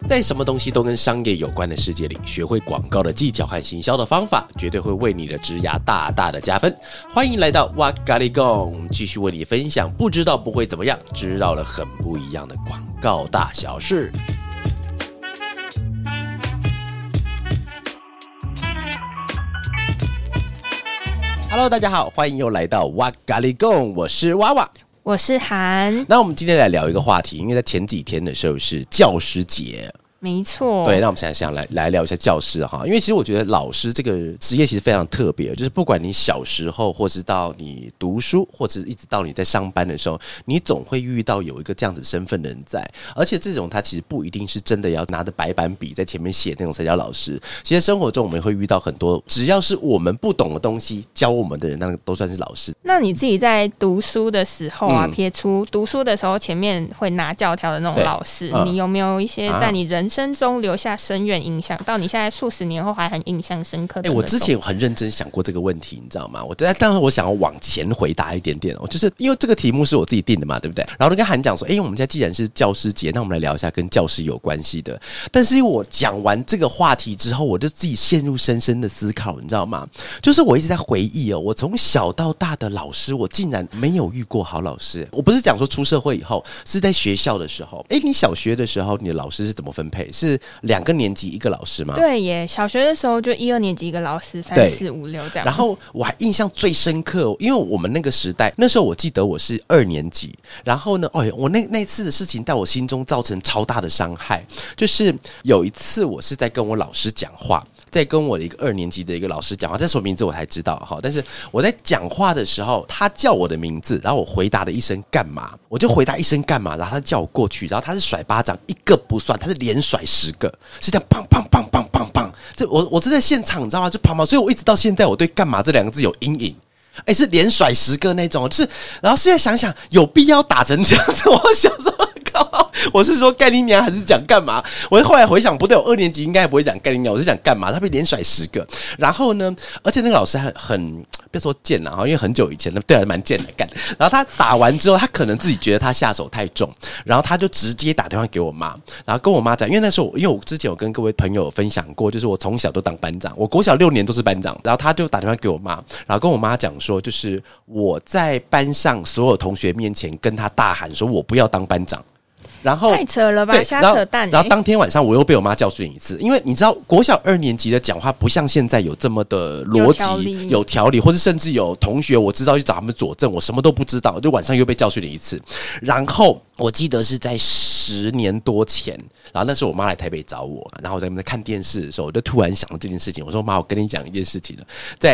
在什么东西都跟商业有关的世界里，学会广告的技巧和行销的方法，绝对会为你的职涯大大的加分。欢迎来到哇咖哩贡，继续为你分享不知道不会怎么样，知道了很不一样的广告大小事。Hello， 大家好，欢迎又来到哇咖哩贡，我是娃娃。 我是韩。 那我们今天来聊一个话题，因为在前几天的时候是教师节。 没错， 对，那我们现在想来聊一下教师哈，因为其实我觉得老师这个职业其实非常特别，就是不管你小时候，或是到你读书，或者一直到你在上班的时候，你总会遇到有一个这样子身份的人在，而且这种他其实不一定是真的要拿着白板笔在前面写那种才叫老师。其实生活中我们会遇到很多，只要是我们不懂的东西教我们的人，那个都算是老师。 那你自己在读书的时候啊，撇除读书的时候前面会拿教条的那种老师，你有没有一些在你人生中留下深远影响，到你现在数十年后还很印象深刻的？ 我之前有很认真想过这个问题，你知道吗？但是我想要往前回答一点点哦，就是因为这个题目是我自己定的嘛，对不对？然后就跟韩讲说，我们现在既然是教师节，那我们来聊一下跟教师有关系的。但是因为我讲完这个话题之后，我就自己陷入深深的思考，你知道吗？就是我一直在回忆哦，我从小到大的老师，我竟然没有遇过好老师。我不是讲说出社会以后，是在学校的时候。你小学的时候，你的老师是怎么分配？是2个年级一个老师吗？ 对耶，小学的时候就1、2年级一个老师，3、4、5、6这样。 然后我还印象最深刻，因为我们那个时代，那时候我记得我是2年级，然后呢，我那次的事情在我心中造成超大的伤害，就是有一次我是在跟我老师讲话。在跟我的一个2年级的一个老师讲话，但是我名字我才知道哈。但是我在讲话的时候，他叫我的名字，然后我回答了一声干嘛，我就回答一声干嘛，然后他叫我过去，然后他是甩巴掌1个不算，他是连甩10个，是这样砰砰砰砰砰砰。这我是在现场，你知道吗？就砰砰，所以我一直到现在我对干嘛这2个字有阴影。是连甩10个那种，就是然后现在想想有必要打成这样子，我想说。我是说干你娘还是讲干嘛？我后来回想不对，我2年级应该也不会讲干你娘，我是讲干嘛。他被连甩10个，然后呢，而且那个老师很不要说贱啦，因为很久以前对还蛮贱的干。然后他打完之后，他可能自己觉得他下手太重，然后他就直接打电话给我妈，然后跟我妈讲，因为那时候因为我之前有跟各位朋友分享过，就是我从小都当班长，我国小6年都是班长，然后他就打电话给我妈，然后跟我妈讲说，就是我在班上所有同学面前跟他大喊说我不要当班长。然后太扯了吧，瞎扯淡。 然后当天晚上我又被我妈教训一次，因为你知道国小2年级的讲话不像现在有这么的逻辑、有条理，或是甚至有同学我知道去找他们佐证，我什么都不知道，就晚上又被教训了一次。然后我记得是在10年多前，然后那时候我妈来台北找我，然后我在那边看电视的时候，我就突然想到这件事情，我说妈，我跟你讲一件事情了，在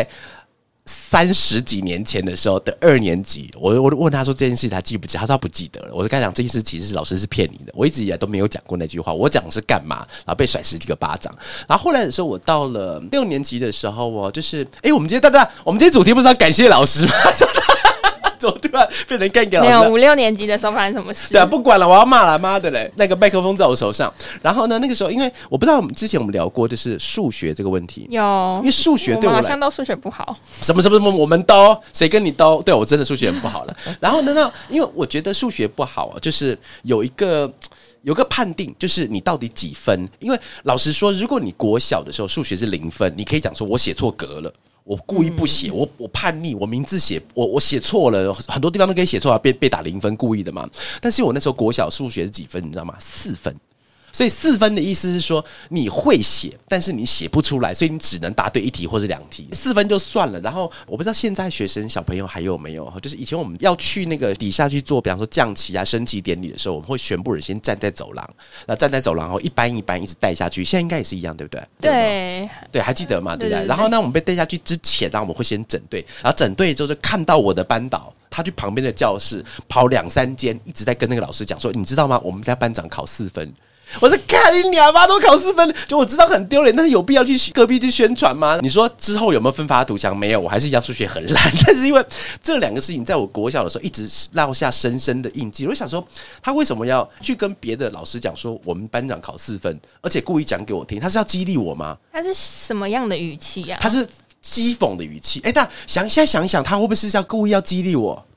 30几年前的时候的2年级，我问他说这件事他记不记得，他说他不记得了。我就跟他讲这件事其实老师是骗你的，我一直以来都没有讲过那句话，我讲的是干嘛，然后被甩10几个巴掌。然后后来的时候，我到了6年级的时候就是我们今天主题不是要感谢老师吗？怎么突然变成干给老师？ 没有5、6年级的时候发生什么事？ 对啊，不管了，我要骂了，妈的嘞！那个麦克风在我手上。然后呢，那个时候因为我不知道之前我们聊过，就是数学这个问题。 有， 因为数学对我来， 好像都数学不好。 什么？我们都谁跟你都？对我真的数学很不好了。然后呢，因为我觉得数学不好啊，就是有个判定，就是你到底几分？因为老实说，如果你国小的时候数学是0分，你可以讲说我写错格了。我故意不写，我叛逆，我名字写我写错了，很多地方都可以写错，被打0分，故意的嘛。但是我那时候国小数学是几分，你知道吗？4分。所以4分的意思是说你会写，但是你写不出来，所以你只能答对1题或是2题，4分就算了。然后我不知道现在学生小朋友还有没有，就是以前我们要去那个底下去做，比方说降旗啊、升旗典礼的时候，我们会全部人先站在走廊，然后站在走廊后一班一班一直带下去。现在应该也是一样，对不对？对，还记得吗？对不对？然后呢，我们被带下去之前，然后我们会先整队，然后整队之后就看到我的班导。他去旁边的教室跑2、3间，一直在跟那个老师讲说：“你知道吗？我们家班长考4分。”我说看你娘妈都考4分，就我知道很丢脸，但是有必要去隔壁去宣传吗？你说之后有没有奋发图强？没有，我还是一样数学很烂。但是因为这2个事情在我国小的时候一直落下深深的印记，我就想说他为什么要去跟别的老师讲说我们班长考4分，而且故意讲给我听，他是要激励我吗？ 他是什么样的语气啊？ 他是讥讽的语气。但现在想一想，他会不会是要故意要激励我？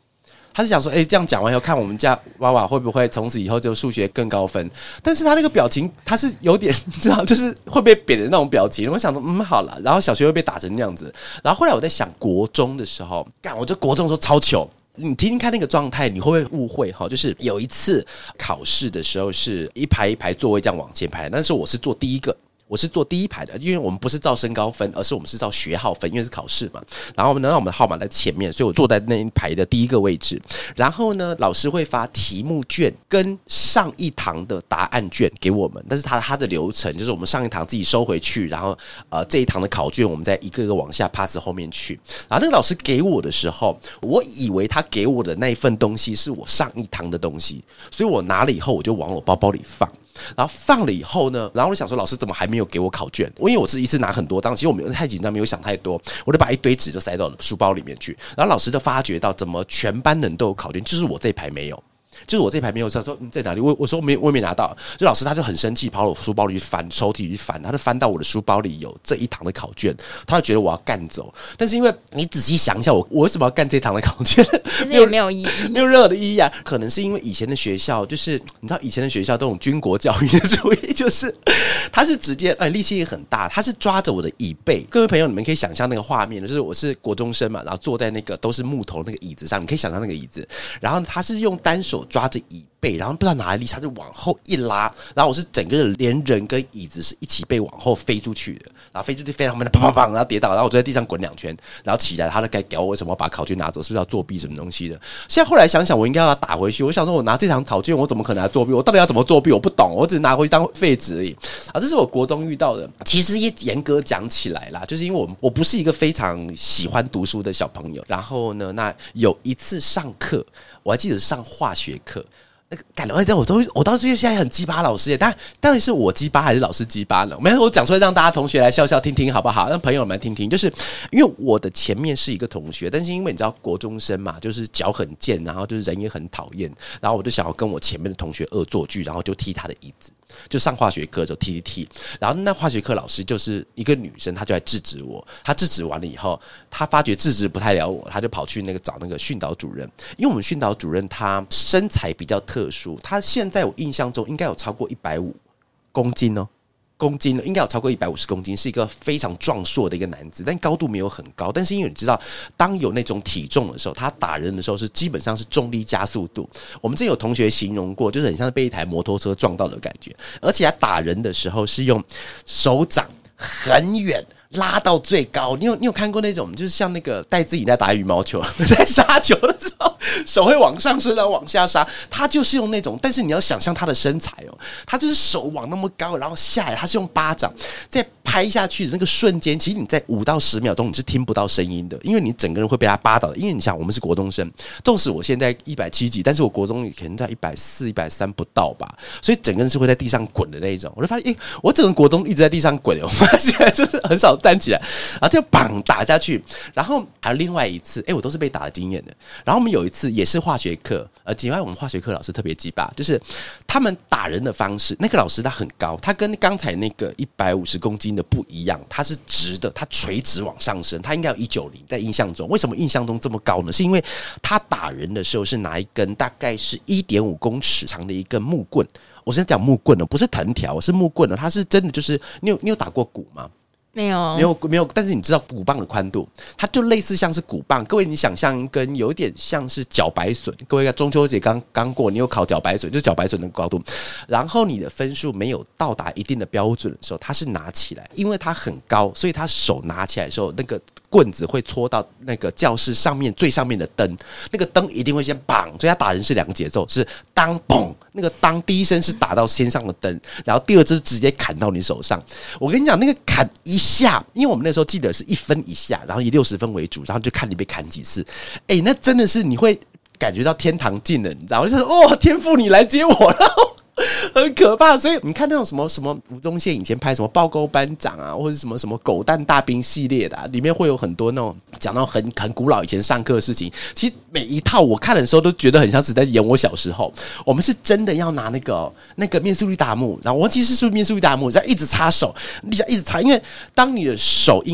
他是想说，这样讲完以后，看我们家娃娃会不会从此以后就数学更高分？但是他那个表情，他是有点，你知道，就是会被贬的那种表情。我想说，好了，然后小学会被打成那样子。然后后来我在想，国中的时候，我觉得国中的时候超糗。你听听看那个状态，你会不会误会？就是有一次考试的时候，是一排一排座位这样往前排，但是我是坐第一个。我是坐第一排的，因为我们不是照身高分，而是我们是照学号分，因为是考试嘛。然后呢，让我们的号码在前面，所以我坐在那一排的第一个位置。然后呢，老师会发题目卷跟上一堂的答案卷给我们，但是他的流程就是我们上一堂自己收回去，然后这一堂的考卷我们再一个个往下 pass 后面去。然后那个老师给我的时候，我以为他给我的那一份东西是我上一堂的东西，所以我拿了以后我就往我包包里放。然后放了以后呢，然后我想说老师怎么还没有给我考卷？因为我是一次拿很多张，其实我没有太紧张，没有想太多，我就把一堆纸就塞到了书包里面去。然后老师就发觉到怎么全班人都有考卷，就是我这一排没有。就是我这排没有，他说在哪里？我说我也没拿到。就老师他就很生气，跑到我书包里去翻，抽屉里去翻，他就翻到我的书包里有这一堂的考卷，他就觉得我要干走。但是因为你仔细想一下，我为什么要干这一堂的考卷？ 其实也没有意义， 没有任何的意义啊。可能是因为以前的学校，就是你知道以前的学校都有军国教育的主义，就是他是直接力气也很大，他是抓着我的椅背。各位朋友，你们可以想象那个画面，就是我是国中生嘛，然后坐在那个都是木头那个椅子上，你可以想象那个椅子，然后他是用单手抓着椅背，然后不知道哪来力，他就往后一拉，然后我是整个连人跟椅子是一起被往后飞出去的，然后飞出去飞到后面的砰砰砰，然后跌倒，然后我就在地上滚2圈，然后起来，他就该屌我为什么要把考卷拿走，是不是要作弊什么东西的？现在后来想想，我应该要打回去。我想说，我拿这堂考卷，我怎么可能来作弊？我到底要怎么作弊？我不懂，我只是拿回去当废纸而已。这是我国中遇到的。其实也严格讲起来啦，就是因为我不是一个非常喜欢读书的小朋友。然后呢，那有一次上课，我还记得是上化学课。那个感觉，我到现在很鸡巴老师耶，但到底是我鸡巴还是老师鸡巴呢？没有，我讲出来让大家同学来笑笑听听好不好？让朋友们听听，就是因为我的前面是一个同学，但是因为你知道国中生嘛，就是脚很贱，然后就是人也很讨厌，然后我就想要跟我前面的同学恶作剧，然后就踢他的椅子。就上化学课的时候踢，然后那化学课老师就是一个女生，她就来制止我。她制止完了以后，她发觉制止不太了我，她就跑去找那个训导主任。因为我们训导主任他身材比较特殊，他现在我印象中应该有超过150公斤哦。应该有超过150公斤，是一个非常壮硕的一个男子，但高度没有很高。但是因为你知道，当有那种体重的时候，他打人的时候是基本上是重力加速度。我们之前有同学形容过，就是很像被一台摩托车撞到的感觉。而且他打人的时候是用手掌很远拉到最高。你有看过那种，就是像那个戴资颖在打羽毛球，在杀球的时候，手会往上升，然后往下杀。他就是用那种，但是你要想象他的身材哦，他就是手往那么高，然后下来，他是用巴掌在拍下去的那个瞬间，其实你在5到10秒钟你是听不到声音的，因为你整个人会被他扒倒的。因为你想，我们是国中生，纵使我现在170几，但是我国中可能在140、130不到吧，所以整个人是会在地上滚的那一种。我就发现，我整个国中一直在地上滚，我发现就是很少站起来，然后就砰打下去。然后还有另外一次，我都是被打的经验的。然后我们有一次也是化学课，另外我们化学课老师特别鸡巴，就是他们打人的方式，那个老师他很高，他跟刚才那个150公斤的不一样，他是直的，他垂直往上升，他应该有190，在印象中。为什么印象中这么高呢？是因为他打人的时候是拿一根大概是1.5公尺长的一根木棍。我现在讲木棍哦，不是藤条，是木棍哦。它是真的，就是你有打过鼓吗？ 没有， 但是你知道鼓棒的宽度，它就类似像是鼓棒。各位，你想象跟有点像是茭白笋。各位，中秋节刚过，你有烤茭白笋，就是茭白笋的高度。然后你的分数没有到达一定的标准的时候，它是拿起来，因为它很高，所以他手拿起来的时候，那个棍子会戳到那个教室上面最上面的灯，那个灯一定会先绑，所以他打人是2个节奏，是当嘣，那个当第一声是打到先上的灯，然后第二支直接砍到你手上。我跟你讲，那个砍一下，因为我们那时候记得是1分一下，然后以60分为主，然后就看你被砍几次。那真的是你会感觉到天堂近了，你知道吗？就是天父你来接我，然后很可怕。所以你看那种什么吴宗宪以前拍什么报告班长啊，或者什么狗蛋大兵系列的里面会有很多那种讲到很古老以前上课的事情。其实每一套我看的时候都觉得很像是在演我小时候。我们是真的要拿那个面速力达姆，然后我忘记是不是面速力达姆，在一直擦手，一直擦，因为当你的手因为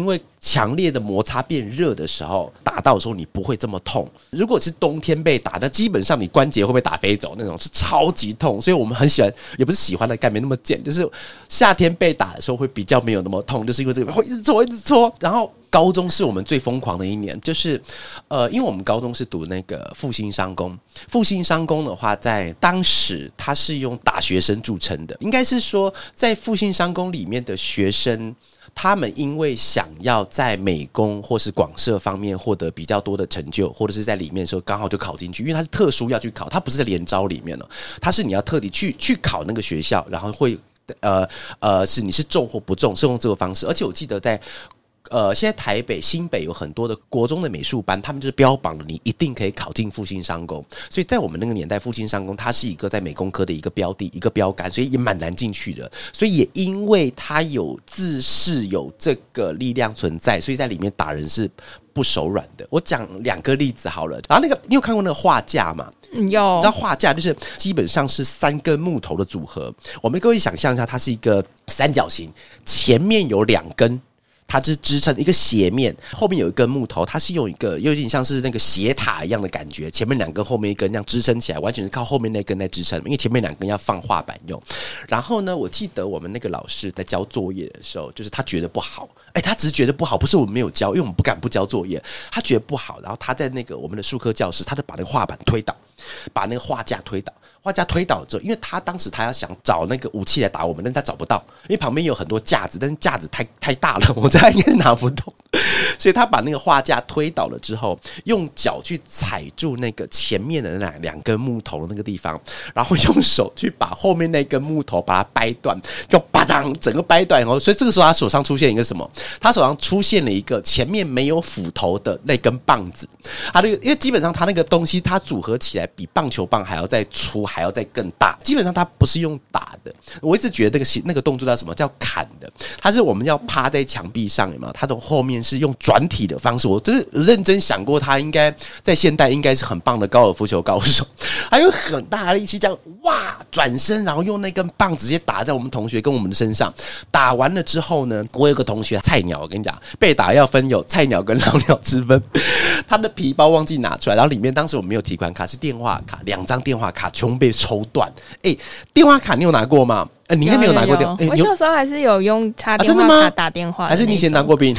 强烈的摩擦变热的时候，打到的时候你不会这么痛。如果是冬天被打，那基本上你关节会被打飞走那种，是超级痛。所以我们很喜欢，也不是喜欢的，干没那么贱，就是夏天被打的时候会比较没有那么痛，就是因为这个会一直搓一直搓。然后高中是我们最疯狂的一年，就是因为我们高中是读那个复兴商工，复兴商工的话，在当时它是用大学生著称的，应该是说在复兴商工里面的学生。他们因为想要在美工或是广设方面获得比较多的成就，或者是在里面的时候刚好就考进去，因为它是特殊要去考，它不是在联招里面它是你要特地去考那个学校，然后会是你是中或不中，是用这个方式。而且我记得在现在台北、新北有很多的国中的美术班，他们就是标榜你一定可以考进复兴商工，所以在我们那个年代，复兴商工它是一个在美工科的一个标的、一个标杆，所以也蛮难进去的。所以也因为它有自恃有这个力量存在，所以在里面打人是不手软的。我讲2个例子好了，然后那个你有看过那个画架吗？ 有，你知道画架就是基本上是3根木头的组合，我们各位想象一下，它是一个三角形，前面有2根。它是支撑一个斜面，后面有一根木头，它是用一个有点像是那个斜塔一样的感觉，前面2根，后面1根，这样支撑起来，完全是靠后面那根在支撑，因为前面2根要放画板用。然后呢，我记得我们那个老师在交作业的时候，就是他觉得不好，他只是觉得不好，不是我们没有交，因为我们不敢不交作业，他觉得不好，然后他在那个我们的术科教室，他就把那个画板推倒，把那个画架推倒。画架推倒之后，因为他当时他要想找那个武器来打我们，但是他找不到，因为旁边有很多架子，但是架子太大了，我猜应该是拿不动，所以他把那个画架推倒了之后，用脚去踩住那个前面的那2根木头的那个地方，然后用手去把后面那根木头把它掰断，就啪当整个掰断哦。所以这个时候他手上出现一个什么？他手上出现了一个前面没有斧头的那根棒子。他那个因为基本上他那个东西它组合起来比棒球棒还要再粗。还要再更大，基本上它不是用打的。我一直觉得那个动作叫什么？叫砍的。它是我们要趴在墙壁上，有没有？它从后面是用转体的方式。我真的认真想过，他应该在现代应该是很棒的高尔夫球高手，还有很大的力气，这样哇转身，然后用那根棒直接打在我们同学跟我们的身上。打完了之后呢，我有个同学菜鸟，我跟你讲，被打要分有菜鸟跟老鸟之分。他的皮包忘记拿出来，然后里面当时我们没有提款卡，是电话卡，2张电话卡全被抽断。电话卡你有拿过吗？你应该没有拿过电话。 我小时候还是有用插电话卡打电话， 还是你以前当过兵？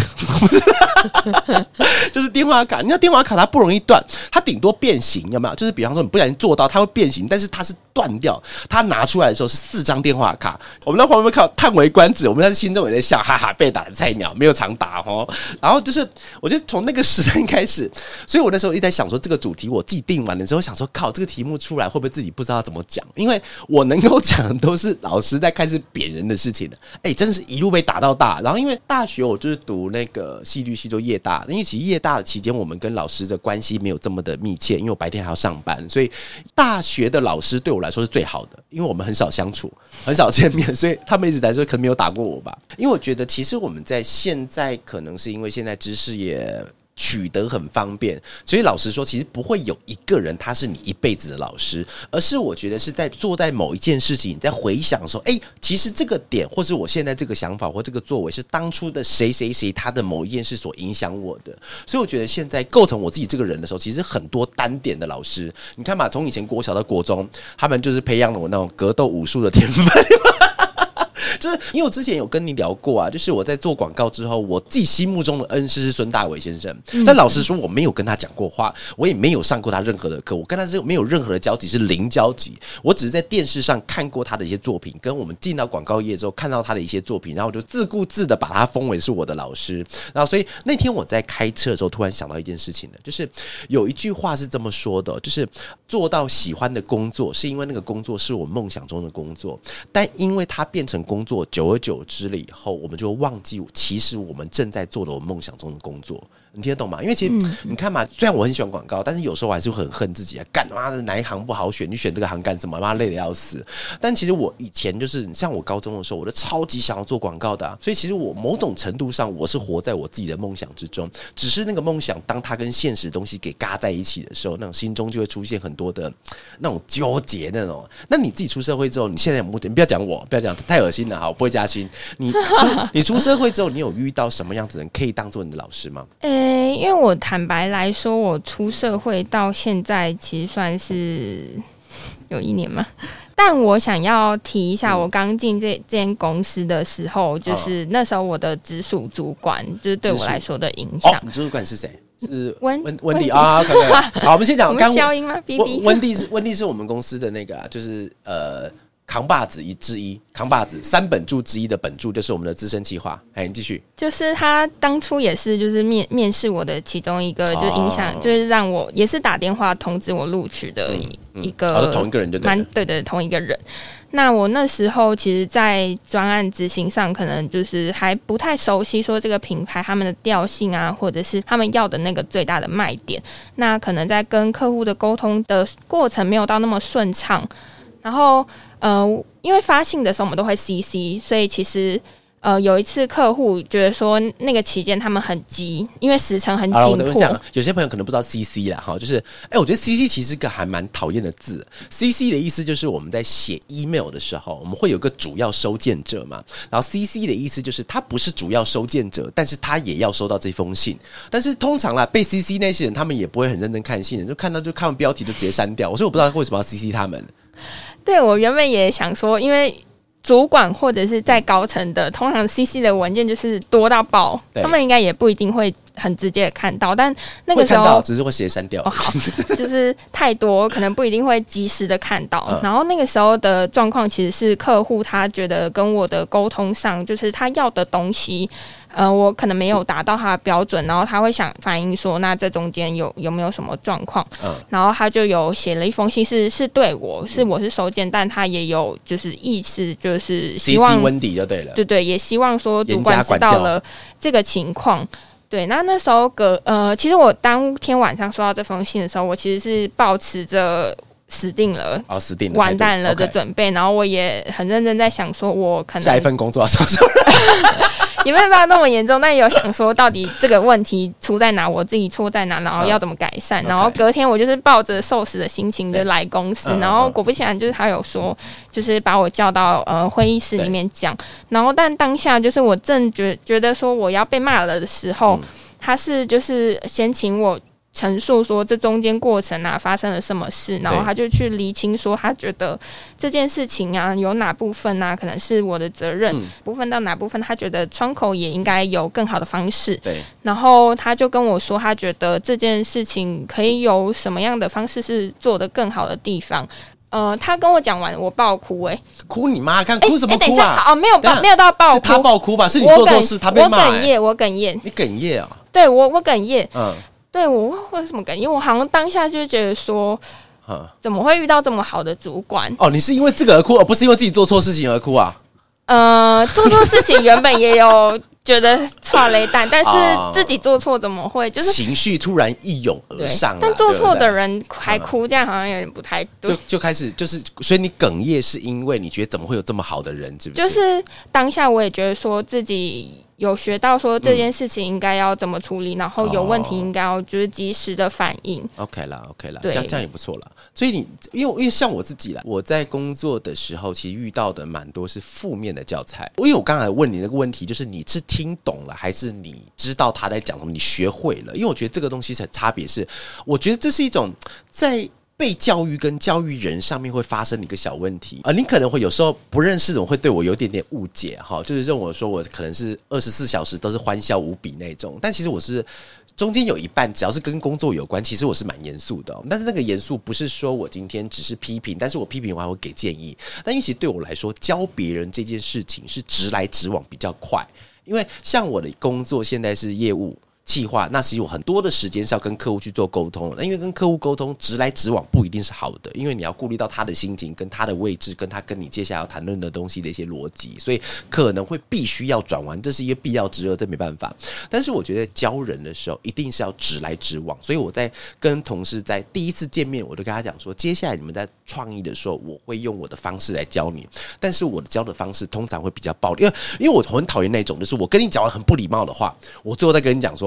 就是电话卡，你知道电话卡它不容易断，它顶多变形，有没有？就是比方说你不小心做到，它会变形，但是它是断掉。它拿出来的时候是4张电话卡，我们在旁边看叹为观止，我们在心中也在笑，哈哈，被打的菜鸟，没有常打哦。然后就是，我觉得从那个时代开始，所以我那时候一直在想说，这个主题我自己定完了之后，想说靠，这个题目出来会不会自己不知道怎么讲？因为我能够讲的都是老师在开始贬人的事情的，真的是一路被打到大。然后因为大学我就是读那个戏剧系，就业大，因为其实业大的期间我们跟老师的关系没有这么的密切，因为我白天还要上班，所以大学的老师对我来说是最好的，因为我们很少相处，很少见面，所以他们一直在说可能没有打过我吧。因为我觉得其实我们在现在可能是因为现在知识也取得很方便，所以老实说其实不会有一个人他是你一辈子的老师，而是我觉得是在做在某一件事情你在回想说其实这个点或是我现在这个想法或这个作为是当初的谁谁谁他的某一件事所影响我的。所以我觉得现在构成我自己这个人的时候，其实很多单点的老师，你看嘛，从以前国小到国中，他们就是培养了我那种格斗武术的天分。就是因为我之前有跟你聊过啊，就是我在做广告之后，我自己心目中的恩师是孙大伟先生。但老实说，我没有跟他讲过话，我也没有上过他任何的课，我跟他是没有任何的交集，是零交集。我只是在电视上看过他的一些作品，跟我们进到广告业之后看到他的一些作品，然后我就自顾自的把他封为是我的老师。然后所以那天我在开车的时候，突然想到一件事情的，就是有一句话是这么说的，就是做到喜欢的工作，是因为那个工作是我梦想中的工作，但因为它变成工作，久而久之了以后，我们就忘记其实我们正在做的我们梦想中的工作。你听得懂吗？因为其实你看嘛，虽然我很喜欢广告，但是有时候我还是会很恨自己，干妈的哪一行不好选，你选这个行干什么？妈累得要死。但其实我以前就是像我高中的时候，我就超级想要做广告的所以其实我某种程度上我是活在我自己的梦想之中，只是那个梦想当它跟现实东西给嘎在一起的时候，那种心中就会出现很多的那种纠结那种。那你自己出社会之后，你现在有目的，你不要讲我，不要讲太恶心了啊，我不会加薪。你出社会之后，你有遇到什么样子的人可以当做你的老师吗？ 因为我坦白来说，我出社会到现在其实算是有1年嘛。但我想要提一下，我刚进这间公司的时候，就是那时候我的直属主管，就是对我来说的影响。 你直属主管是谁？是温迪啊。好，我们先讲刚消音吗？ 温迪是我们公司的那个就是扛把子之一，扛把子3本柱之一的本柱就是我们的资深企划。你继续。就是他当初也是就是面试我的其中一个，就是影响，就是让我也是打电话通知我录取的一个， 同一个人就对了。 对，同一个人。那我那时候其实，在专案执行上，可能就是还不太熟悉，说这个品牌他们的调性啊，或者是他们要的那个最大的卖点。那可能在跟客户的沟通的过程没有到那么顺畅。然后因为发信的时候我们都会 CC， 所以其实有一次客户觉得说那个期间他们很急，因为时程很紧迫。 有些朋友可能不知道 CC 啦，哈，就是我觉得 CC 其实是个还蛮讨厌的字。CC 的意思就是我们在写 email 的时候，我们会有个主要收件者嘛，然后 CC 的意思就是他不是主要收件者，但是他也要收到这封信。但是通常啦，被 CC 那些人他们也不会很认真看信，就看完标题就直接删掉。所以我不知道为什么要 CC 他们。 对，我原本也想说，因为主管或者是在高层的，通常 CC 的文件就是多到爆，他们应该也不一定会很直接的看到，但那个时候会看到，只是会直接删掉。 好，就是太多，可能不一定会及时的看到。然后那个时候的状况其实是客户他觉得跟我的沟通上，就是他要的东西。我可能没有达到他的标准，然后他会想反映说，那这中间有没有什么状况？然后他就有写了一封信，是对我是收件，但他也有就是意思，就是希望 CC 温迪就对了， 对，也希望说主管知道了这个情况。对，那时候其实我当天晚上收到这封信的时候，我其实是抱持着死定了，完蛋了的准备，然后我也很认真在想说，我可能下一份工作要什么时候？ 也没有到那么严重，但也有想说到底这个问题出在哪，我自己错在哪，然后要怎么改善。然后隔天我就是抱着受死的心情就来公司，然后果不其然，就是他有说，就是把我叫到会议室里面讲。然后但当下就是我正觉得说我要被骂了的时候，他是就是先请我陈述说这中间过程啊发生了什么事，然后他就去厘清说他觉得这件事情啊有哪部分啊可能是我的责任，部分到哪部分他觉得窗口也应该有更好的方式。对，然后他就跟我说他觉得这件事情可以有什么样的方式是做得更好的地方。他跟我讲完，我爆哭哭你妈！看哭什么哭啊？ 等一下，没有到爆哭， 是他爆哭吧？是你做错事，他被骂。 我哽咽， 你哽咽啊？ 对，我哽咽。对，我为什么哽咽？因为我好像当下就觉得说，怎么会遇到这么好的主管？ 你是因为这个而哭，而不是因为自己做错事情而哭啊？ 做错事情原本也有觉得剉雷蛋，但是自己做错怎么会就是情绪突然一涌而上？ 但做错的人还哭，这样好像有点不太对。 就开始就是，所以你哽咽是因为你觉得怎么会有这么好的人？是不是？ 就是当下我也觉得说自己有学到说这件事情应该要怎么处理，然后有问题应该要就是及时的反应。 OK 啦，这样也不错啦。所以因为像我自己啦，我在工作的时候其实遇到的蛮多是负面的教材。因为我刚才问你那个问题，就是你是听懂了还是你知道他在讲什么，你学会了？因为我觉得这个东西的差别是，我觉得这是一种在被教育跟教育人上面会发生一个小问题你可能会有时候不认识的人会对我有点误解就是认为说我可能是24小时都是欢笑无比那种，但其实我是中间有一半只要是跟工作有关，其实我是蛮严肃的但是那个严肃不是说我今天只是批评，但是我批评我还会给建议。但因为其实对我来说，教别人这件事情是直来直往比较快，因为像我的工作现在是业务企划，那其实有很多的时间是要跟客户去做沟通。那因为跟客户沟通直来直往不一定是好的，因为你要顾虑到他的心情跟他的位置跟他跟你接下来要谈论的东西的一些逻辑，所以可能会必须要转弯，这是一个必要之恶，这没办法。但是我觉得教人的时候一定是要直来直往，所以我在跟同事在第一次见面，我就跟他讲说，接下来你们在创意的时候，我会用我的方式来教你，但是我的教的方式通常会比较暴力，因为我很讨厌那种就是我跟你讲完很不礼貌的话，我最后再跟你讲说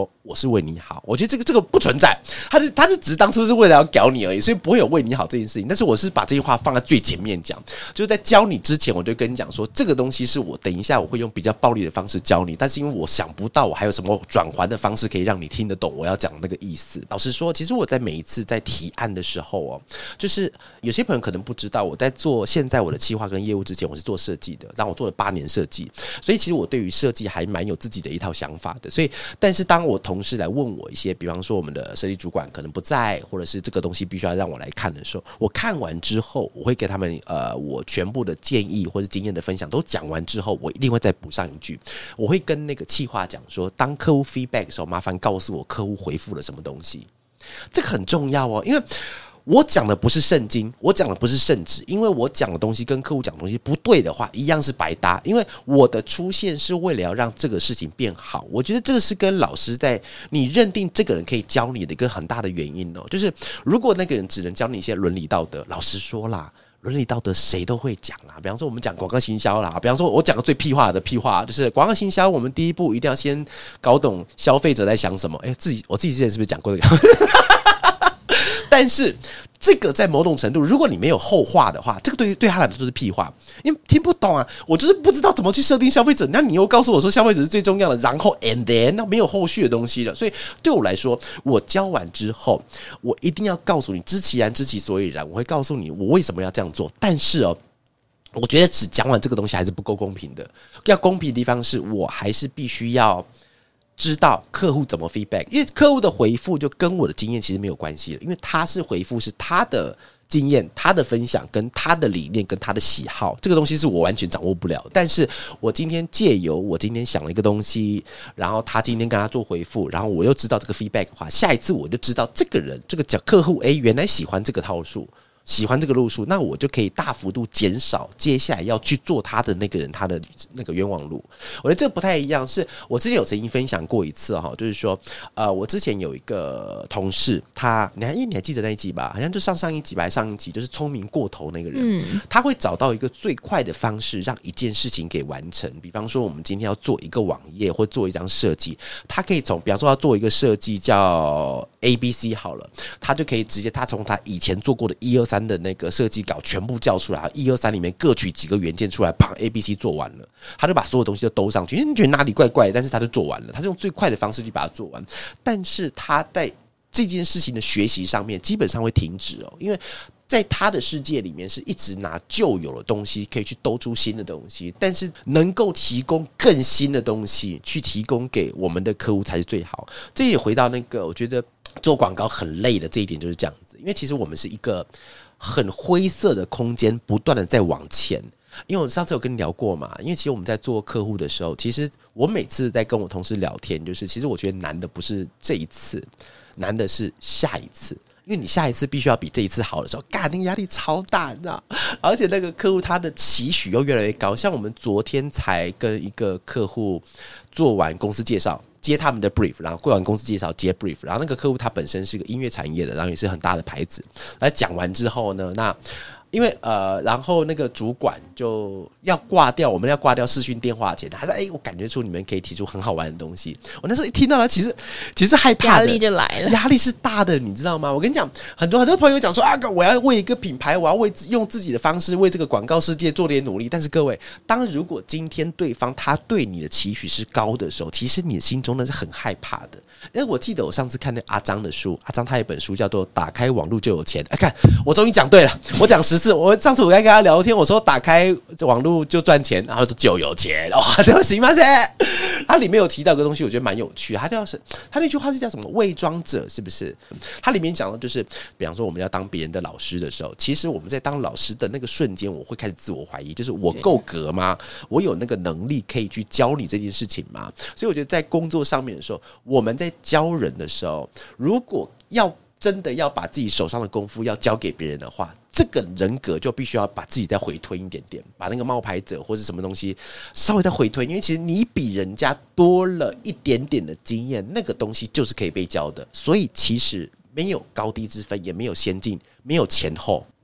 说我是为你好，我觉得这个不存在，他是只是当初是为了要搞你而已，所以不会有为你好这件事情。但是我是把这句话放在最前面讲，就是在教你之前，我就跟你讲说，这个东西是我等一下我会用比较暴力的方式教你，但是因为我想不到我还有什么转环的方式可以让你听得懂我要讲的那个意思。老实说，其实我在每一次在提案的时候哦，就是有些朋友可能不知道，我在做现在我的企划跟业务之前，我是做设计的，让我做了8年设计，所以其实我对于设计还蛮有自己的一套想法的。所以，但是当我同事来问我一些，比方说我们的设计主管可能不在，或者是这个东西必须要让我来看的时候，我看完之后，我会给他们我全部的建议或者经验的分享都讲完之后，我一定会再补上一句，我会跟那个企划讲说，当客户 feedback 的时候，麻烦告诉我客户回复了什么东西，这个很重要哦，因为我讲的不是圣经，我讲的不是圣旨，因为我讲的东西跟客户讲的东西不对的话，一样是白搭。因为我的出现是为了要让这个事情变好，我觉得这个是跟老师在你认定这个人可以教你的一个很大的原因哦。就是如果那个人只能教你一些伦理道德，老实说啦，伦理道德谁都会讲啦。比方说我们讲广告行销啦，比方说我讲个最屁话的屁话，就是广告行销，我们第一步一定要先搞懂消费者在想什么。我自己之前是不是讲过这个？但是这个在某种程度，如果你没有后话的话，这个对他来说是屁话，因为听不懂啊。我就是不知道怎么去设定消费者，那你又告诉我说消费者是最重要的，然后 and then 那没有后续的东西了。所以对我来说，我教完之后，我一定要告诉你知其然知其所以然，我会告诉你我为什么要这样做。但是哦，我觉得只讲完这个东西还是不够公平的。要公平的地方是我还是必须要知道客户怎么 feedback， 因为客户的回复就跟我的经验其实没有关系了，因为他是回复是他的经验、他的分享跟他的理念跟他的喜好，这个东西是我完全掌握不了。但是我今天借由我今天想了一个东西，然后他今天跟他做回复，然后我又知道这个 feedback 的话，下一次我就知道这个人这个叫客户 A 原来喜欢这个套数，喜欢这个路数，那我就可以大幅度减少接下来要去做他的那个人他的那个冤枉路。我觉得这不太一样，是我之前有曾经分享过一次哈，就是说我之前有一个同事，你还记得那一集吧？好像就上一集吧，上一集就是聪明过头那个人，他会找到一个最快的方式让一件事情给完成。比方说我们今天要做一个网页或做一张设计，他可以从比方说要做一个设计叫 ABC 好了，他就可以直接他从他以前做过的1、2、3的那个设计稿全部叫出来，1、2、3里面各取几个元件出来，砰 ABC 做完了，他就把所有东西都兜上去，因为你觉得哪里怪怪的，但是他就做完了，他是用最快的方式去把它做完。但是他在这件事情的学习上面基本上会停止哦，因为在他的世界里面是一直拿旧有的东西可以去兜出新的东西，但是能够提供更新的东西去提供给我们的客户才是最好。这也回到那个我觉得做广告很累的这一点就是这样子，因为其实我们是一个很灰色的空间，不断的在往前。因为我上次有跟你聊过嘛，因为其实我们在做客户的时候，其实我每次在跟我同事聊天，就是其实我觉得难的不是这一次，难的是下一次。因为你下一次必须要比这一次好的时候，那个压力超大，你知道？而且那个客户他的期许又越来越高。像我们昨天才跟一个客户做完公司介绍，接他们的 brief， 然后过完公司介绍接 brief， 然后那个客户他本身是一个音乐产业的，然后也是很大的牌子。来讲完之后呢，那因为然后那个主管就要挂掉，我们要挂掉视讯电话前，他说：“我感觉出你们可以提出很好玩的东西。”我那时候一听到他，其实害怕的， 压力就来了， 压力是大的，你知道吗？我跟你讲，很多朋友讲说我要为一个品牌，我要用自己的方式为这个广告世界做点努力。但是各位，如果今天对方他对你的期许是高的时候，其实你的心中那是很害怕的。因为我记得我上次看那阿张的书，阿张他有一本书叫做《打开网络就有钱》。看我终于讲对了，我讲10次。上次我在跟他聊天，我说打开网络就赚钱，然后说就有钱，哇，行吗？他里面有提到一个东西，我觉得蛮有趣的。他那句话是叫什么？伪装者是不是？他里面讲的就是，比方说我们要当别人的老师的时候，其实我们在当老师的那个瞬间，我会开始自我怀疑，就是我够格吗？我有那个能力可以去教你这件事情吗？所以我觉得在工作上面的时候，我们在教人的时候，如果真的要把自己手上的功夫要交给别人的话，这个人格就必须要把自己再回推一点点，把那个冒牌者或是什么东西稍微再回推，因为其实你比人家多了一点点的经验，那个东西就是可以被教的。所以其实没有高低之分，也没有先进，没有前后。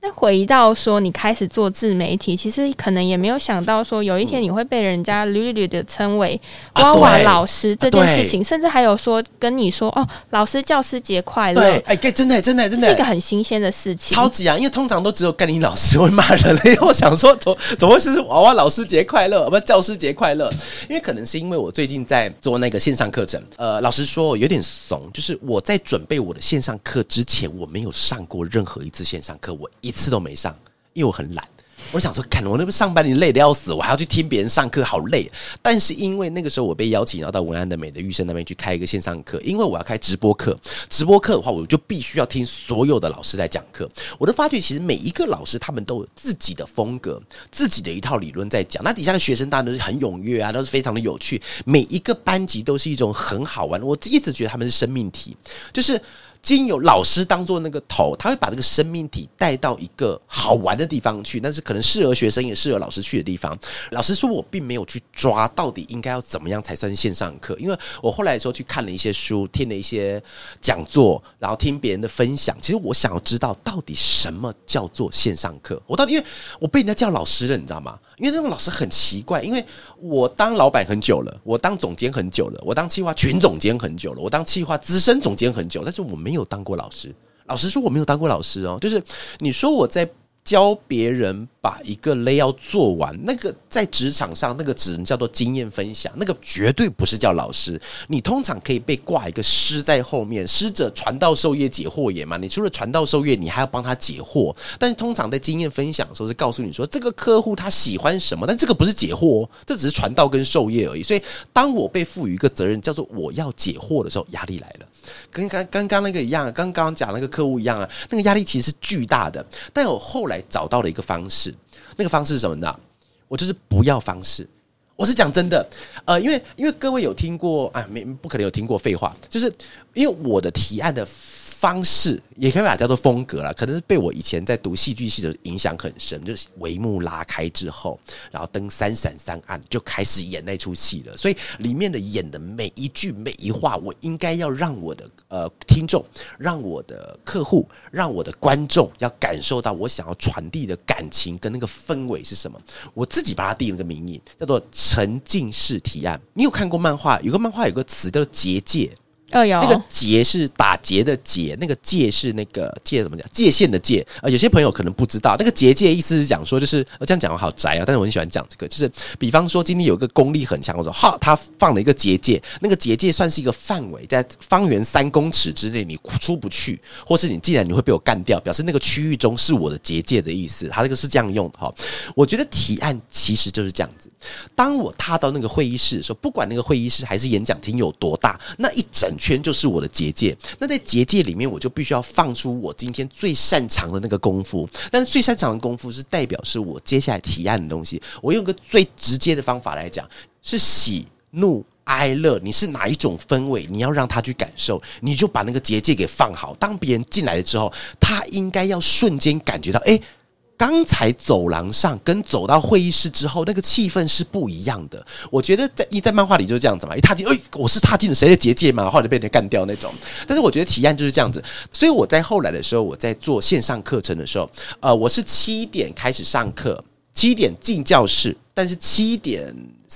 那回到说你开始做自媒体，其实可能也没有想到说有一天你会被人家屡屡的称为蛙娃老师这件事情，甚至还有说跟你说哦，老师教师节快乐。 对，哎，真的是一个很新鲜的事情， 超级啊！因为通常都只有干你老师会骂人了，我想说怎么会是娃娃老师节快乐，不教师节快乐？因为可能是因为我最近在做那个线上课程，老实说有点怂，就是我在准备我的线上课之前，我没有上过任何一次线上课，我一次都没上，因为我很懒。我想说，看我那边上班你累得要死，我还要去听别人上课，好累。但是因为那个时候我被邀请到文安的美的育生那边去开一个线上课，因为我要开直播课，直播课的话我就必须要听所有的老师在讲课。我都发觉其实每一个老师他们都有自己的风格，自己的一套理论在讲。那底下的学生当然都是很踊跃啊，都是非常的有趣。每一个班级都是一种很好玩的，我一直觉得他们是生命体，就是经由老师当做那个头，他会把这个生命体带到一个好玩的地方去，但是可能适合学生也适合老师去的地方。老实说，我并没有去抓到底应该要怎么样才算是线上课，因为我后来的时候去看了一些书，听了一些讲座，然后听别人的分享。其实我想要知道到底什么叫做线上课。因为我被人家叫老师了，你知道吗？因为那种老师很奇怪，因为我当老板很久了，我当总监很久了，我当企划群总监很久了，我当企划资深总监很久，但是我没有当过老师。老实说，我没有当过老师哦。就是你说我在教别人把一个 layout 做完，那个在职场上那个只能叫做经验分享，那个绝对不是叫老师。你通常可以被挂一个师在后面，师者传道授业解惑也嘛。你除了传道授业，你还要帮他解惑。但是通常在经验分享的时候是告诉你说这个客户他喜欢什么，但这个不是解惑，这只是传道跟授业而已。所以当我被赋予一个责任叫做我要解惑的时候，压力来了。跟刚刚那个一样，刚刚讲那个客户一样啊，那个压力其实是巨大的。但我后来找到了一个方式，那个方式是什么呢？我就是不要方式。我是讲真的，因为各位有听过啊，不可能有听过废话，就是因为我的提案的方式也可以把它叫做风格啦，可能是被我以前在读戏剧系的影响很深，就是帷幕拉开之后，然后灯三闪三暗，就开始演那出戏了。所以里面的演的每一句每一话，我应该要让我的听众，让我的客户，让我的观众要感受到我想要传递的感情跟那个氛围是什么。我自己把它定了个名义，叫做沉浸式提案。你有看过漫画？有个漫画有个词叫做结界。 有那个结是打结的结，那个界是那个界怎么讲？界限的界。有些朋友可能不知道，那个结界意思是讲说，就是这样讲我好宅啊，但是我很喜欢讲这个，就是比方说今天有一个功力很强，我说哈，他放了一个结界，那个结界算是一个范围，在方圆3公尺之内你出不去，或是你既然你会被我干掉，表示那个区域中是我的结界的意思。他这个是这样用的哈。我觉得提案其实就是这样子。当我踏到那个会议室的时候，不管那个会议室还是演讲厅有多大，那一整圈就是我的结界。那在结界里面，我就必须要放出我今天最擅长的那个功夫。但是最擅长的功夫是代表是我接下来提案的东西。我用个最直接的方法来讲，是喜怒哀乐，你是哪一种氛围，你要让他去感受，你就把那个结界给放好。当别人进来了之后，他应该要瞬间感觉到，刚才走廊上跟走到会议室之后，那个气氛是不一样的。我觉得在漫画里就是这样子嘛，一踏进，我是踏进了谁的结界嘛，后来被人干掉那种。但是我觉得提案就是这样子，所以我在后来的时候，我在做线上课程的时候，我是7点开始上课，7点进教室，但是7点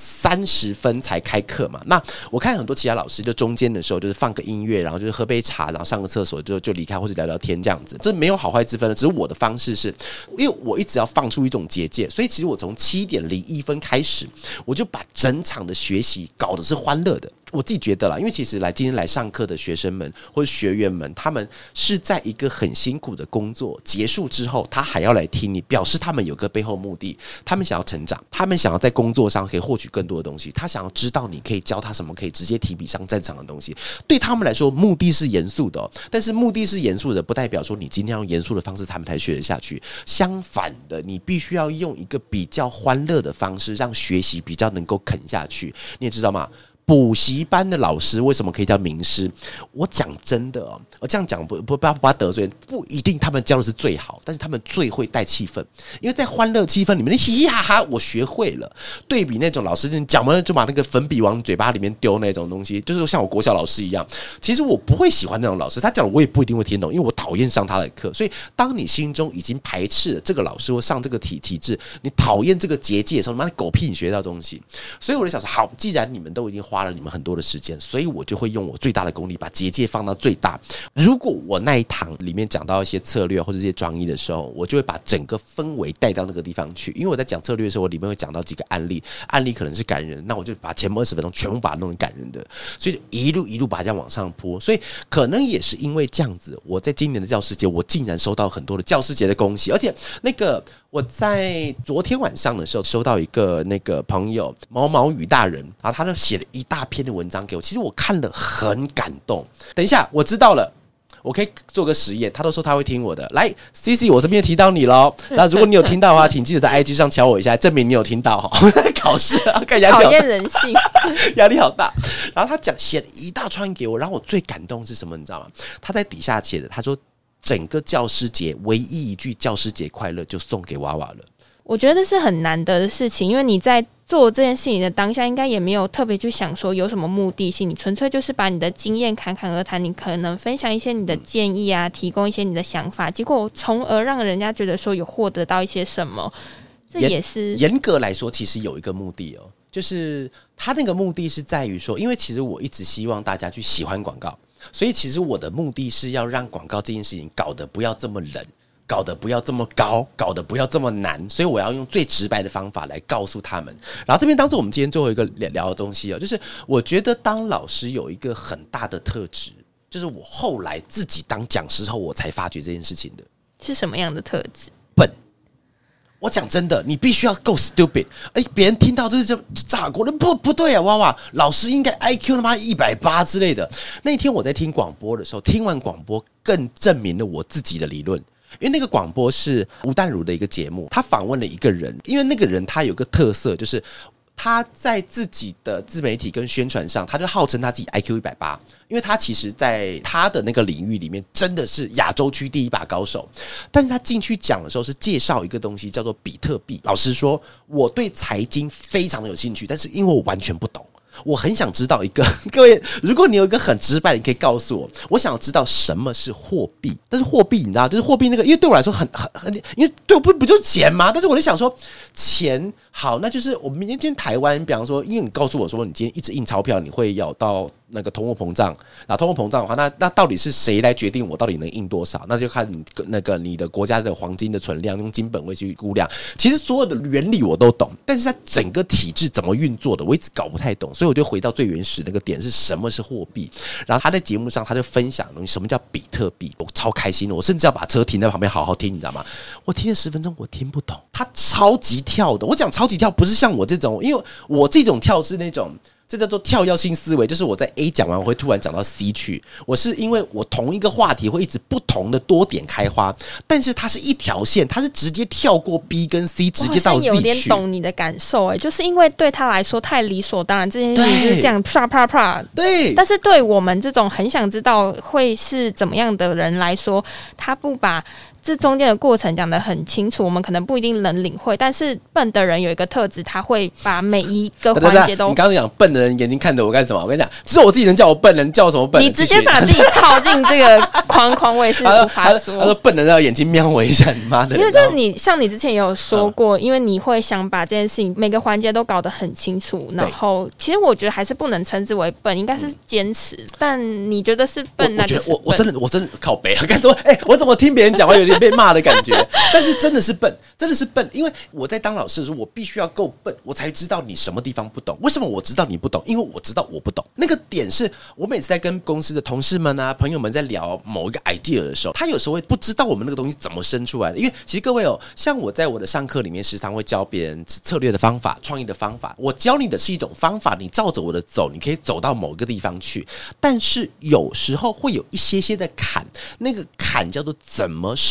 30分才开课嘛。那我看很多其他老师就中间的时候就是放个音乐，然后就是喝杯茶，然后上个厕所就离开，或者聊聊天这样子。这没有好坏之分的，只是我的方式是，因为我一直要放出一种结界，所以其实我从7点01分开始，我就把整场的学习搞得是欢乐的。我自己觉得啦，因为其实今天来上课的学生们或者学员们，他们是在一个很辛苦的工作结束之后，他还要来听你，表示他们有个背后目的，他们想要成长，他们想要在工作上可以获取更多的东西，他想要知道你可以教他什么可以直接提笔上战场的东西。对他们来说，目的是严肃的但是目的是严肃的，不代表说你今天要用严肃的方式他们才学得下去。相反的，你必须要用一个比较欢乐的方式，让学习比较能够啃下去。你也知道吗？ 补习班的老师为什么可以叫名师？我讲真的哦，我这样讲不要得罪人，不一定他们教的是最好，但是他们最会带气氛，因为在欢乐气氛里面，嘻嘻哈哈，我学会了。对比那种老师讲完就把那个粉笔往嘴巴里面丢那种东西，就是像我国小老师一样，其实我不会喜欢那种老师，他讲的我也不一定会听懂，因为我讨厌上他的课。所以当你心中已经排斥了这个老师或上这个体制，你讨厌这个结界的时候，妈的狗屁你学到东西。所以我就想说，好，既然你们都已经花了你们很多的时间，所以我就会用我最大的功力把结界放到最大。如果我那一堂里面讲到一些策略或者这些专一的时候，我就会把整个氛围带到那个地方去。因为我在讲策略的时候，我里面会讲到几个案例可能是感人，那我就把前20分钟全部把它弄成感人的，所以一路把它这样往上铺。所以可能也是因为这样子，我在今年的教师节，我竟然收到很多的教师节的恭喜，而且那个我在昨天晚上的时候收到一个那个朋友毛雨大人，然后他就写了一大篇的文章给我，其实我看了很感动。等一下，我知道了。我可以做个实验，他都说他会听我的。来 ，CC， 我这边提到你咯。那如果你有听到的话，请记得在 IG 上敲我一下，证明你有听到哈。我在考试啊，看压力好大， 考验人性， 压力好大。然后他写了一大串给我，然后我最感动是什么？你知道吗？他在底下写的，他说整个教师节唯一一句教师节快乐就送给娃娃了。 我觉得这是很难得的事情，因为你在做这件事情的当下，应该也没有特别去想说有什么目的性，你纯粹就是把你的经验侃侃而谈，你可能分享一些你的建议啊，提供一些你的想法，结果从而让人家觉得说有获得到一些什么，这也是严格来说，其实有一个目的哦，就是他那个目的是在于说，因为其实我一直希望大家去喜欢广告，所以其实我的目的是要让广告这件事情搞得不要这么冷。搞得不要这么高，搞得不要这么难，所以我要用最直白的方法来告诉他们。然后这边当作我们今天最后一个聊的东西哦，就是我觉得当老师有一个很大的特质，就是我后来自己当讲师后，我才发觉这件事情的。 是什么样的特质？ 笨。我讲真的，你必须要够 stupid。别人听到这是就炸锅了，不对啊，娃娃，老师应该 IQ 他妈180之类的。那天我在听广播的时候，听完广播更证明了我自己的理论。因为那个广播是吴淡如的一个节目，他访问了一个人，因为那个人他有个特色，就是他在自己的自媒体跟宣传上，他就号称他自己 IQ180，因为他其实在他的那个领域里面真的是亚洲区第一把高手。但是他进去讲的时候是介绍一个东西叫做比特币。老实说，我对财经非常的有兴趣，但是因为我完全不懂。我很想知道一个，各位，如果你有一个很直白的，你可以告诉我，我想要知道什么是货币。但是货币你知道，就是货币那个，因为对我来说很，因为对我不就是钱吗？但是我就想说，钱好，那就是我们今天台湾，比方说，因为你告诉我说，你今天一直印钞票，你会要到那个通货膨胀，然后通货膨胀的话，那到底是谁来决定我到底能印多少？那就看你的国家的黄金的存量，用金本位去估量。其实所有的原理我都懂，但是它整个体制怎么运作的，我一直搞不太懂。所以我就回到最原始那个点，是什么是货币。然后他在节目上他就分享的东西，什么叫比特币，我超开心的，我甚至要把车停在旁边好好听，你知道吗？我听了10分钟，我听不懂，他超级跳的。我讲超级跳，不是像我这种，因为我这种跳是那种。这叫做跳跃性思维，就是我在 A 讲完，我会突然讲到 C 去。我是因为我同一个话题会一直不同的多点开花，但是它是一条线，它是直接跳过 B 跟 C， 直接到 Z 去。 我有点懂你的感受，就是因为对他来说太理所当然，这件事情就是这样啪啪啪。 对。 但是对我们这种很想知道会是怎么样的人来说，他不把这中间的过程讲得很清楚，我们可能不一定能领会。但是笨的人有一个特质，他会把每一个环节都。 你刚刚讲笨的人眼睛看着我干什么？我跟你讲，只有我自己能叫我笨，能叫我什么笨？ 你直接把自己套进这个框框，我也是无法说。 他说笨的人要眼睛瞄我一下，你妈的！ 因为就是你，像你之前也有说过，因为你会想把这件事情每个环节都搞得很清楚，然后其实我觉得还是不能称之为笨，应该是坚持。但你觉得是笨，那就是笨。 我真的靠北啊！干多我怎么听别人讲话有点被骂的感觉？但是真的是笨，真的是笨，因为我在当老师的时候，我必须要够笨，我才知道你什么地方不懂。为什么我知道你不懂？因为我知道我不懂。那个点是我每次在跟公司的同事们啊、朋友们在聊某一个 idea 的时候，他有时候会不知道我们那个东西怎么生出来的。因为其实各位像我在我的上课里面，时常会教别人策略的方法、创意的方法。我教你的是一种方法，你照着我的走，你可以走到某个地方去。但是有时候会有一些的坎，那个坎叫做怎么使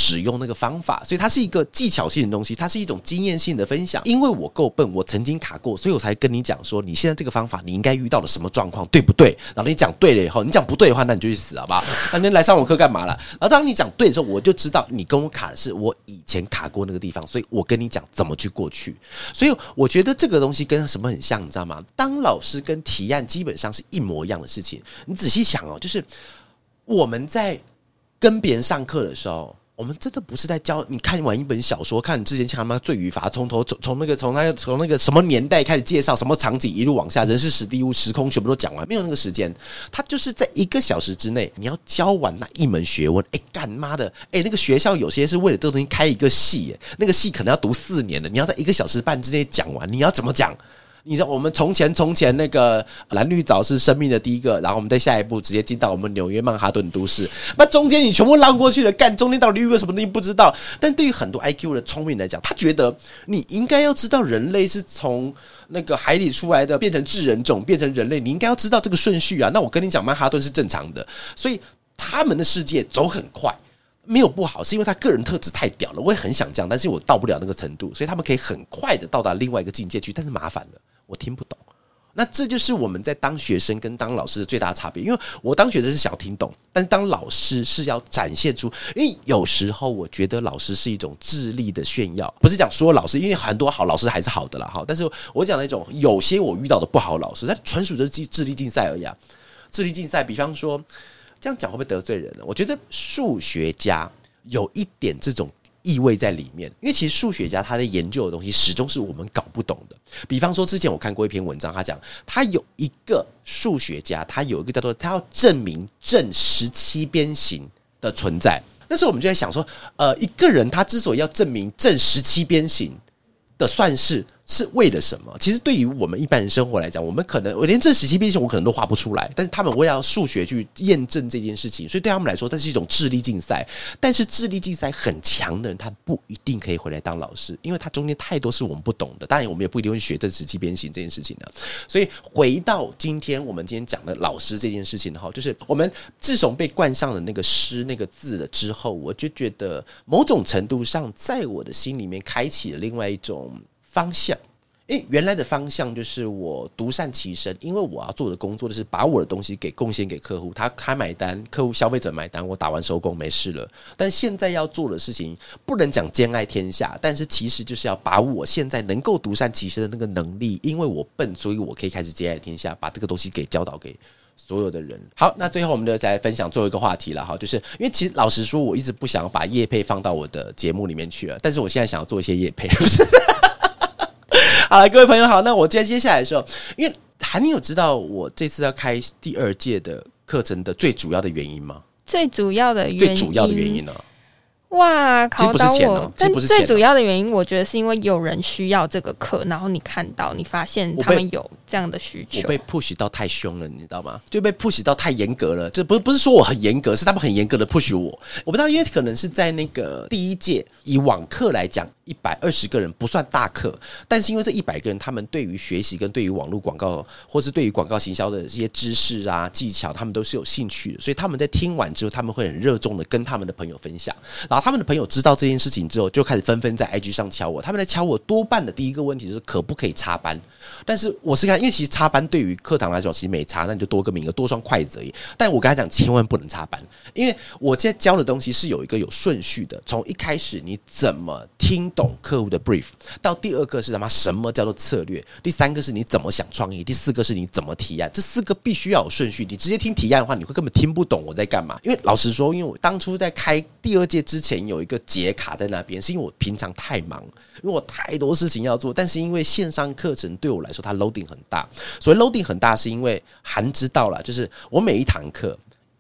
使用那个方法，所以它是一个技巧性的东西，它是一种经验性的分享。因为我够笨，我曾经卡过，所以我才跟你讲说，你现在这个方法你应该遇到了什么状况，对不对？然后你讲对了以后，你讲不对的话，那你就去死好不好？那你来上我课干嘛了？然后当你讲对的时候，我就知道你跟我卡的是我以前卡过那个地方，所以我跟你讲怎么去过去。所以我觉得这个东西跟什么很像，你知道吗？当老师跟提案基本上是一模一样的事情。你仔细想哦，就是我们在跟别人上课的时候，我们真的不是在教你看完一本小说，看你之前讲他妈罪与罚，从那个什么年代开始介绍，什么场景一路往下，人事时地物时空全部都讲完，没有那个时间。他就是在1个小时之内，你要教完那一门学问。干妈的，那个学校有些是为了这个东西开一个系，那个系可能要读4年的，你要在1个小时半之内讲完，你要怎么讲？你知道我们从前那个蓝绿藻是生命的第一个，然后我们在下一步直接进到我们纽约曼哈顿都市，那中间你全部绕过去了，干中间到底遇到什么东西不知道。但对于很多 IQ 的聪明来讲，他觉得你应该要知道人类是从那个海里出来的，变成智人种，变成人类，你应该要知道这个顺序啊。那我跟你讲，曼哈顿是正常的，所以他们的世界走很快。没有不好，是因为他个人特质太屌了，我也很想这样，但是我到不了那个程度，所以他们可以很快的到达另外一个境界去，但是麻烦了，我听不懂。那这就是我们在当学生跟当老师的最大的差别，因为我当学生是想听懂，但是当老师是要展现出，因为有时候我觉得老师是一种智力的炫耀，不是讲所有老师，因为很多好老师还是好的啦，但是我讲那种有些我遇到的不好老师，他纯属就是智力竞赛而已啊。智力竞赛，比方说这样讲会不会得罪人呢？我觉得数学家有一点这种意味在里面，因为其实数学家他在研究的东西始终是我们搞不懂的。比方说之前我看过一篇文章，他讲他有一个数学家，他有一个叫做他要证明正17边形的存在。那时候我们就在想说，一个人他之所以要证明正17边形的算式是为了什么？其实对于我们一般人生活来讲，我连这17边形我可能都画不出来，但是他们为了数学去验证这件事情，所以对他们来说这是一种智力竞赛。但是智力竞赛很强的人，他不一定可以回来当老师，因为他中间太多是我们不懂的。当然我们也不一定会学正17边形这件事情的。所以回到今天我们今天讲的老师这件事情的话，就是我们自从被冠上了那个师那个字了之后，我就觉得某种程度上在我的心里面开启了另外一种方向。原来的方向就是我独善其身，因为我要做的工作就是把我的东西给贡献给客户，他买单，客户消费者买单，我打完收工没事了。但现在要做的事情不能讲兼爱天下，但是其实就是要把我现在能够独善其身的那个能力，因为我笨，所以我可以开始兼爱天下，把这个东西给教导给所有的人。好，那最后我们就再分享最后一个话题了哈，就是因为其实老实说，我一直不想把业配放到我的节目里面去了，但是我现在想要做一些业配，不是？好了，各位朋友好，那我接下来的时候，因为你有知道我这次要开第2届的课程的最主要的原因吗？ 最主要的原因呢？ 哇，考倒我！但最主要的原因，我觉得是因为有人需要这个课，然后你看到，你发现他们有这样的需求。 我被 push 到太凶了，你知道吗？就被 push 到太严格了。这不是说我很严格，是他们很严格的 push 我。我不知道，因为可能是在那个第1届，以网课来讲，120个人不算大课，但是因为这100个人，他们对于学习跟对于网络广告，或是对于广告行销的这些知识啊技巧，他们都是有兴趣的，所以他们在听完之后，他们会很热衷的跟他们的朋友分享，然后他们的朋友知道这件事情之后，就开始纷纷在 IG 上敲我。他们来敲我，多半的第一个问题就是可不可以插班。但是我是看，因为其实插班对于课堂来说其实没差，那你就多个名额，多双筷子而已。但我跟他讲，千万不能插班，因为我现在教的东西是有一个有顺序的。从一开始你怎么听懂客户的 brief， 到第2个是什么叫做策略，第3个是你怎么想创意，第4个是你怎么提案。这4个必须要有顺序。你直接听提案的话，你会根本听不懂我在干嘛。因为老实说，因为我当初在开第2届之前有一个结卡在那边，是因为我平常太忙，因为我太多事情要做。但是因为线上课程对我来说它 loading 很大，所谓 loading 很大是因为韩知道了，就是我每一堂课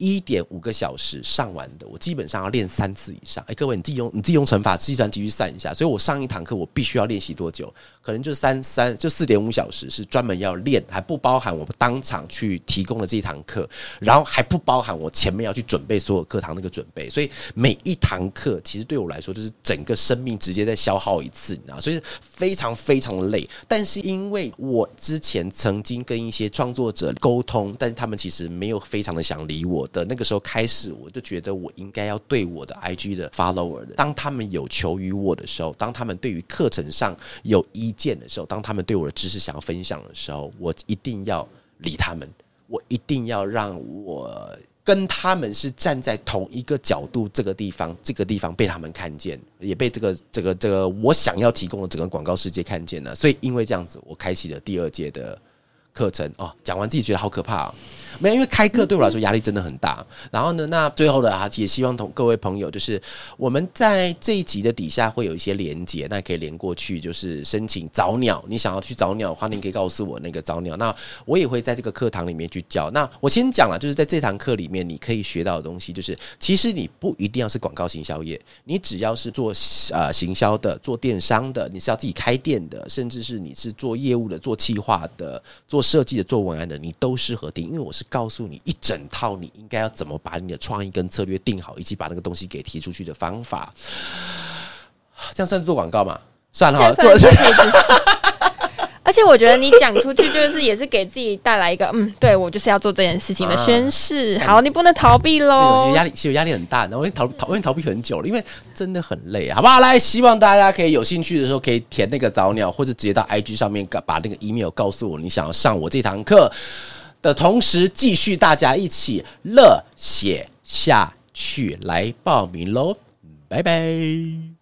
1.5个小时上完的，我基本上要练3次以上。各位你自己用乘法计算机去算一下，所以我上一堂课我必须要练习多久？可能就4.5小时是专门要练，还不包含我当场去提供的这一堂课，然后还不包含我前面要去准备所有课堂那个准备。所以每一堂课其实对我来说就是整个生命直接在消耗一次，你知道，所以非常非常的累。但是因为我之前曾经跟一些创作者沟通，但是他们其实没有非常的想理我。 的那个时候开始，我就觉得我应该要对我的 IG 的 follower 的，当他们有求于我的时候，当他们对于课程上有意见的时候，当他们对我的知识想要分享的时候，我一定要理他们，我一定要让我跟他们是站在同一个角度，这个地方被他们看见，也被这个我想要提供的整个广告世界看见了。所以因为这样子，我开启了第2届的课程哦。讲完自己觉得好可怕哦，没有，因为开课对我来说压力真的很大。然后呢，那最后的也希望各位朋友，就是我们在这一集的底下会有一些连结，那可以连过去，就是申请早鸟。你想要去早鸟的话，你可以告诉我那个早鸟，那我也会在这个课堂里面去教。那我先讲了，就是在这堂课里面，你可以学到的东西，就是其实你不一定要是广告行销业，你只要是做行销的、做电商的，你是要自己开店的，甚至是你是做业务的、做企划的、做设计的、做文案的，你都适合听，因为我是告诉你一整套你应该要怎么把你的创意跟策略定好，以及把那个东西给提出去的方法。这样算是做广告吗？算了，做而且我觉得你讲出去就是也是给自己带来一个对，我就是要做这件事情的宣示。好，你不能逃避咯。 其实压力很大，然后我逃避很久了，因为真的很累，好不好？来，希望大家可以有兴趣的时候可以填那个早鸟，或者直接到 IG 上面把那个 email 告诉我你想要上我这堂课的同时，继续大家一起热血下去，来报名咯，拜拜。